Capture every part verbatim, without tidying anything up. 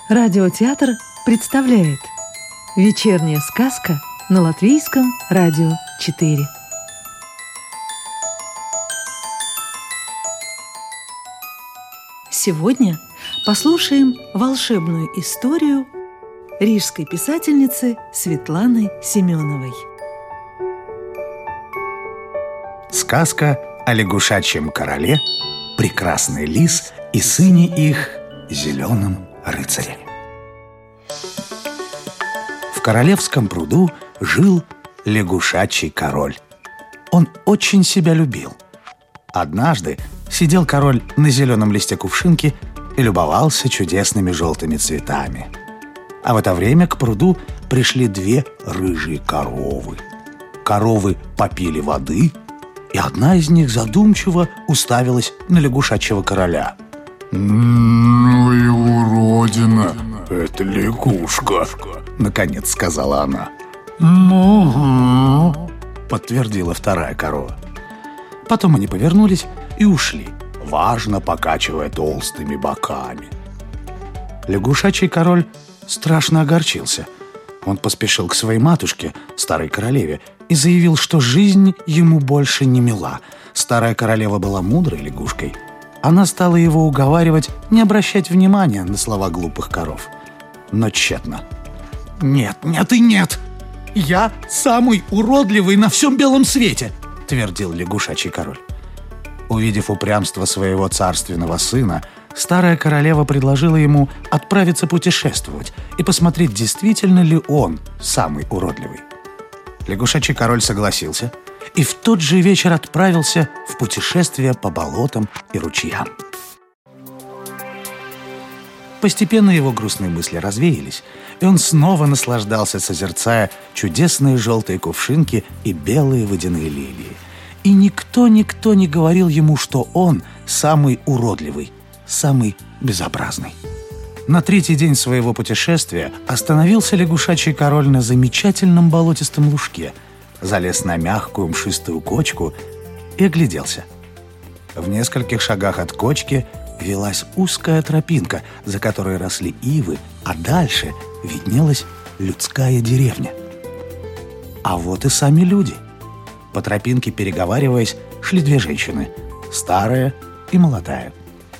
Радиотеатр представляет «Вечерняя сказка» на Латвийском радио четыре. Сегодня послушаем волшебную историю рижской писательницы Светланы Семеновой. Сказка о лягушачьем короле, прекрасный лис и сыне их, зеленом рыцаре. В королевском пруду жил лягушачий король. Он очень себя любил. Однажды сидел король на зеленом листе кувшинки и любовался чудесными желтыми цветами. А в это время к пруду пришли две рыжие коровы. Коровы попили воды, и одна из них задумчиво уставилась на лягушачьего короля. «Ну и уродина! Это лягушка!» — наконец сказала она. «Угу», — подтвердила вторая корова. Потом они повернулись и ушли, важно покачивая толстыми боками. Лягушачий король страшно огорчился. Он поспешил к своей матушке, старой королеве, и заявил, что жизнь ему больше не мила. Старая королева была мудрой лягушкой. Она стала его уговаривать не обращать внимания на слова глупых коров. Но тщетно. «Нет, нет и нет! Я самый уродливый на всем белом свете!» — твердил лягушачий король. Увидев упрямство своего царственного сына, старая королева предложила ему отправиться путешествовать и посмотреть, действительно ли он самый уродливый. Лягушачий король согласился и в тот же вечер отправился в путешествие по болотам и ручьям. Постепенно его грустные мысли развеялись, и он снова наслаждался, созерцая чудесные желтые кувшинки и белые водяные лилии. И никто-никто не говорил ему, что он самый уродливый, самый безобразный. На третий день своего путешествия остановился лягушачий король на замечательном болотистом лужке, залез на мягкую мшистую кочку и огляделся. В нескольких шагах от кочки велась узкая тропинка, за которой росли ивы, а дальше виднелась людская деревня. А вот и сами люди. По тропинке, переговариваясь, шли две женщины, старая и молодая.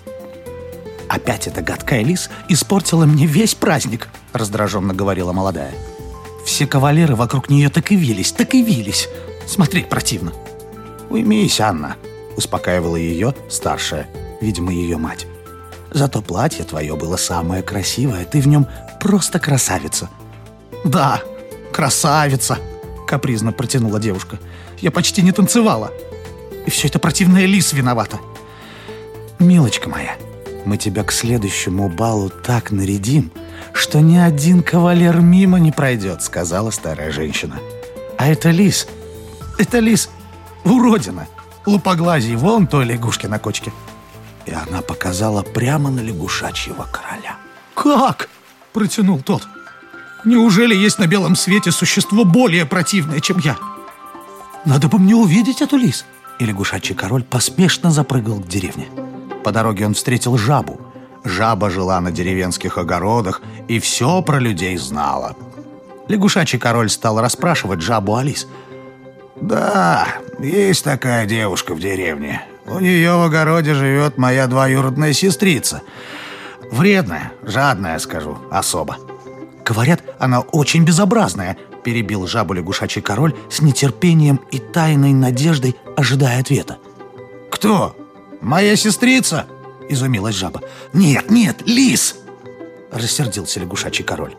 «Опять эта гадкая лис испортила мне весь праздник», — раздраженно говорила молодая. «Все кавалеры вокруг нее так и вились, так и вились. Смотреть противно». «Уймись, Анна», — успокаивала ее старшая, видимо, ее мать. «Зато платье твое было самое красивое, ты в нем просто красавица». «Да, красавица», — капризно протянула девушка. «Я почти не танцевала. И все это противная лис виновата». «Милочка моя, мы тебя к следующему балу так нарядим, что ни один кавалер мимо не пройдет», — сказала старая женщина. «А это лис, это лис уродина, лупоглазий, вон той лягушки на кочке». И она показала прямо на лягушачьего короля. «Как?» — протянул тот. «Неужели есть на белом свете существо более противное, чем я? Надо бы мне увидеть эту лис». И лягушачий король поспешно запрыгал к деревне. По дороге он встретил жабу. Жаба жила на деревенских огородах и все про людей знала. Лягушачий король стал расспрашивать жабу о лис. «Да, есть такая девушка в деревне. У нее в огороде живет моя двоюродная сестрица. Вредная, жадная, скажу, особа». «Говорят, она очень безобразная», — перебил жабу лягушачий король с нетерпением и тайной надеждой, ожидая ответа. «Кто? Моя сестрица?» — изумилась жаба. «Нет, нет, лис!» — рассердился лягушачий король.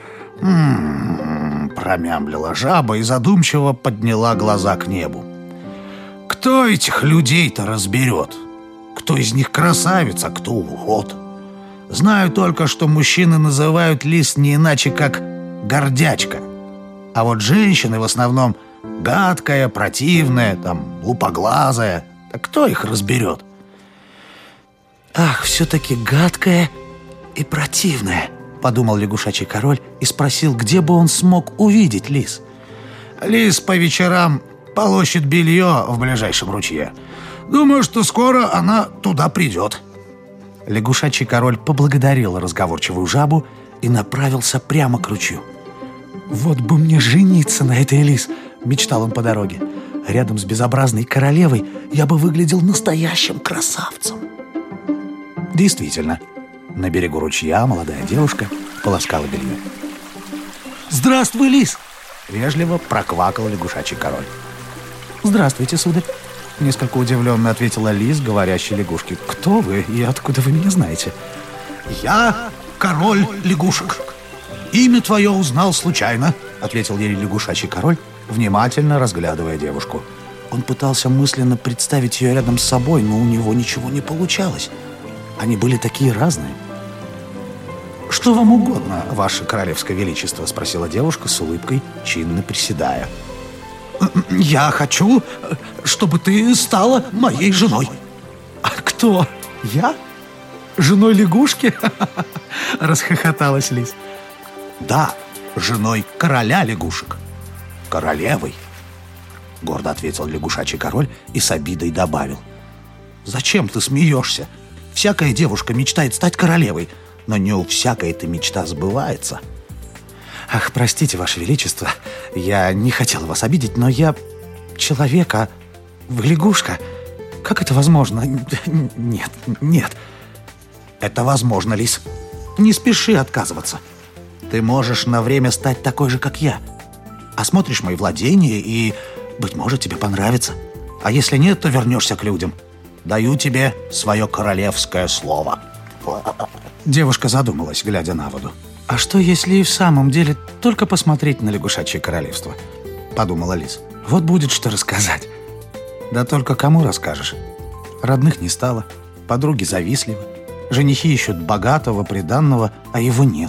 «М-м-м», промямлила жаба и задумчиво подняла глаза к небу. «Кто этих людей-то разберет? Кто из них красавица, кто урод? Знаю только, что мужчины называют лис не иначе, как гордячка. А вот женщины в основном гадкая, противная, там, лупоглазая. Так кто их разберет?» «Ах, все-таки гадкая и противная», — подумал лягушачий король и спросил, где бы он смог увидеть лис. «Лис по вечерам полощет белье в ближайшем ручье. Думаю, что скоро она туда придет». Лягушачий король поблагодарил разговорчивую жабу и направился прямо к ручью. «Вот бы мне жениться на этой Лис!» – мечтал он по дороге. «Рядом с безобразной королевой я бы выглядел настоящим красавцем». Действительно, на берегу ручья молодая девушка полоскала белье. «Здравствуй, Лис!» – вежливо проквакал лягушачий король. «Здравствуйте, сударь!» – несколько удивленно ответила Лис, говорящей лягушке. «Кто вы и откуда вы меня знаете?» «Я король лягушек. Имя твое узнал случайно», — ответил ей лягушачий король, внимательно разглядывая девушку. Он пытался мысленно представить ее рядом с собой, но у него ничего не получалось. Они были такие разные. «Что вам угодно, ваше королевское величество?» — спросила девушка с улыбкой, чинно приседая. «Я хочу, чтобы ты стала моей женой». «А кто? Я? Женой лягушки?» — расхохоталась Лис. «Да, женой короля лягушек. Королевой», — гордо ответил лягушачий король и с обидой добавил. «Зачем ты смеешься? Всякая девушка мечтает стать королевой, но не у всякой эта мечта сбывается». «Ах, простите, ваше величество, я не хотел вас обидеть, но я человек, а вы лягушка. Как это возможно? Нет, нет». «Это возможно, Лис. Не спеши отказываться. Ты можешь на время стать такой же, как я. Осмотришь мои владения, и, быть может, тебе понравится. А если нет, то вернешься к людям. Даю тебе свое королевское слово». Девушка задумалась, глядя на воду. «А что, если и в самом деле только посмотреть на лягушачье королевство?» — подумала Лис. «Вот будет что рассказать. Да только кому расскажешь? Родных не стало, подруги завистливы, женихи ищут богатого, приданного, а его нет.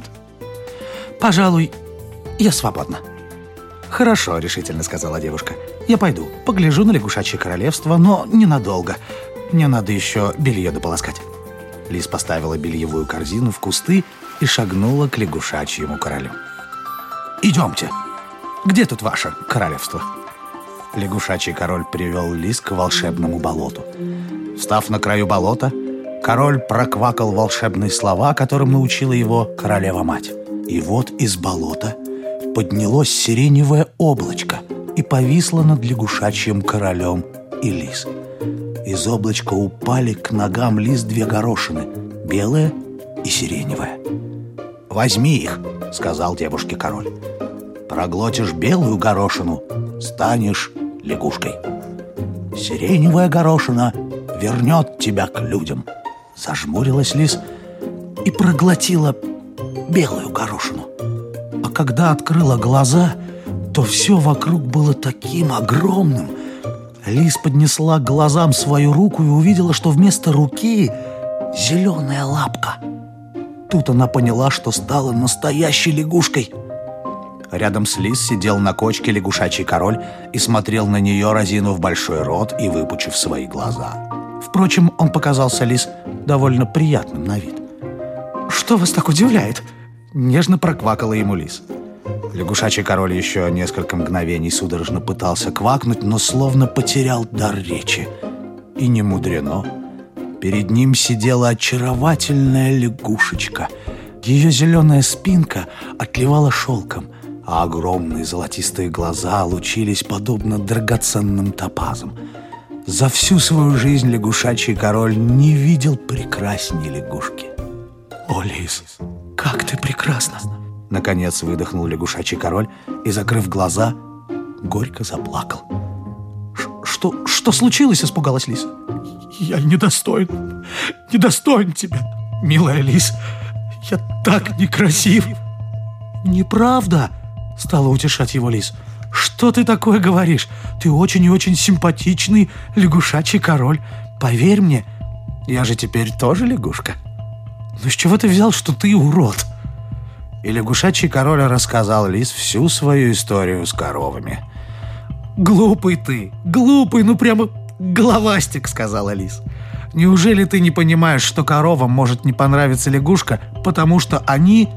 Пожалуй, я свободна». «Хорошо», — решительно сказала девушка. «Я пойду, погляжу на лягушачье королевство, но ненадолго. Мне надо еще белье дополоскать». Лис поставила бельевую корзину в кусты и шагнула к лягушачьему королю. «Идемте. Где тут ваше королевство?» Лягушачий король привел Лис к волшебному болоту. Встав на краю болота, король проквакал волшебные слова, которым научила его королева-мать. И вот из болота поднялось сиреневое облачко и повисло над лягушачьим королем и Лис. Из облачка упали к ногам Лис две горошины, белая и сиреневая. «Возьми их», — сказал девушке король. «Проглотишь белую горошину, станешь лягушкой. Сиреневая горошина вернет тебя к людям». Зажмурилась Лис и проглотила белую горошину. А когда открыла глаза, то все вокруг было таким огромным. Лис поднесла к глазам свою руку и увидела, что вместо руки зеленая лапка. Тут она поняла, что стала настоящей лягушкой. Рядом с Лис сидел на кочке лягушачий король и смотрел на нее, разинув большой рот и выпучив свои глаза. Впрочем, он показался Лис довольно приятным на вид. «Что вас так удивляет?» — нежно проквакала ему Лис. Лягушачий король еще несколько мгновений судорожно пытался квакнуть, но словно потерял дар речи. И не мудрено. Перед ним сидела очаровательная лягушечка. Ее зеленая спинка отливала шелком, а огромные золотистые глаза лучились подобно драгоценным топазам. За всю свою жизнь лягушачий король не видел прекрасней лягушки. «О, Лис, как ты прекрасна!» Наконец выдохнул лягушачий король и, закрыв глаза, горько заплакал. «Что, что случилось?» — испугалась Лис. «Я недостоин, недостоин тебя, милая Лис. Я так некрасив». «Неправда!» — стала утешать его Лис. «Что ты такое говоришь? Ты очень и очень симпатичный лягушачий король. Поверь мне, я же теперь тоже лягушка. Ну с чего ты взял, что ты урод?» И лягушачий король рассказал Лис всю свою историю с коровами. «Глупый ты, глупый, ну прямо головастик», — сказала Лис. «Неужели ты не понимаешь, что коровам может не понравиться лягушка, потому что они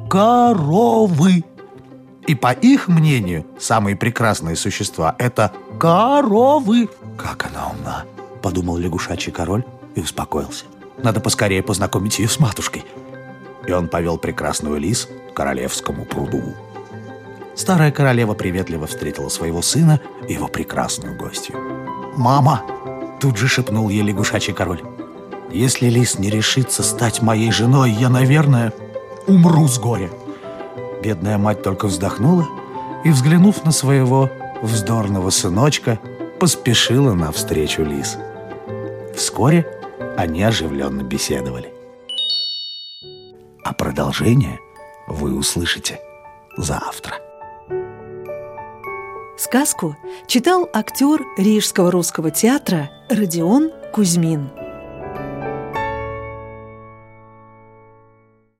коровы? И по их мнению, самые прекрасные существа — это коровы». «Как она умна», — подумал лягушачий король и успокоился. «Надо поскорее познакомить ее с матушкой». и он повел прекрасную лис к королевскому пруду. Старая королева приветливо встретила своего сына и его прекрасную гостью. «Мама!» – тут же шепнул ей лягушачий король. «Если лис не решится стать моей женой, я, наверное, умру с горя». Бедная мать только вздохнула и, взглянув на своего вздорного сыночка, поспешила навстречу лис. Вскоре они оживленно беседовали. А продолжение вы услышите завтра. Сказку читал актер Рижского русского театра Родион Кузьмин.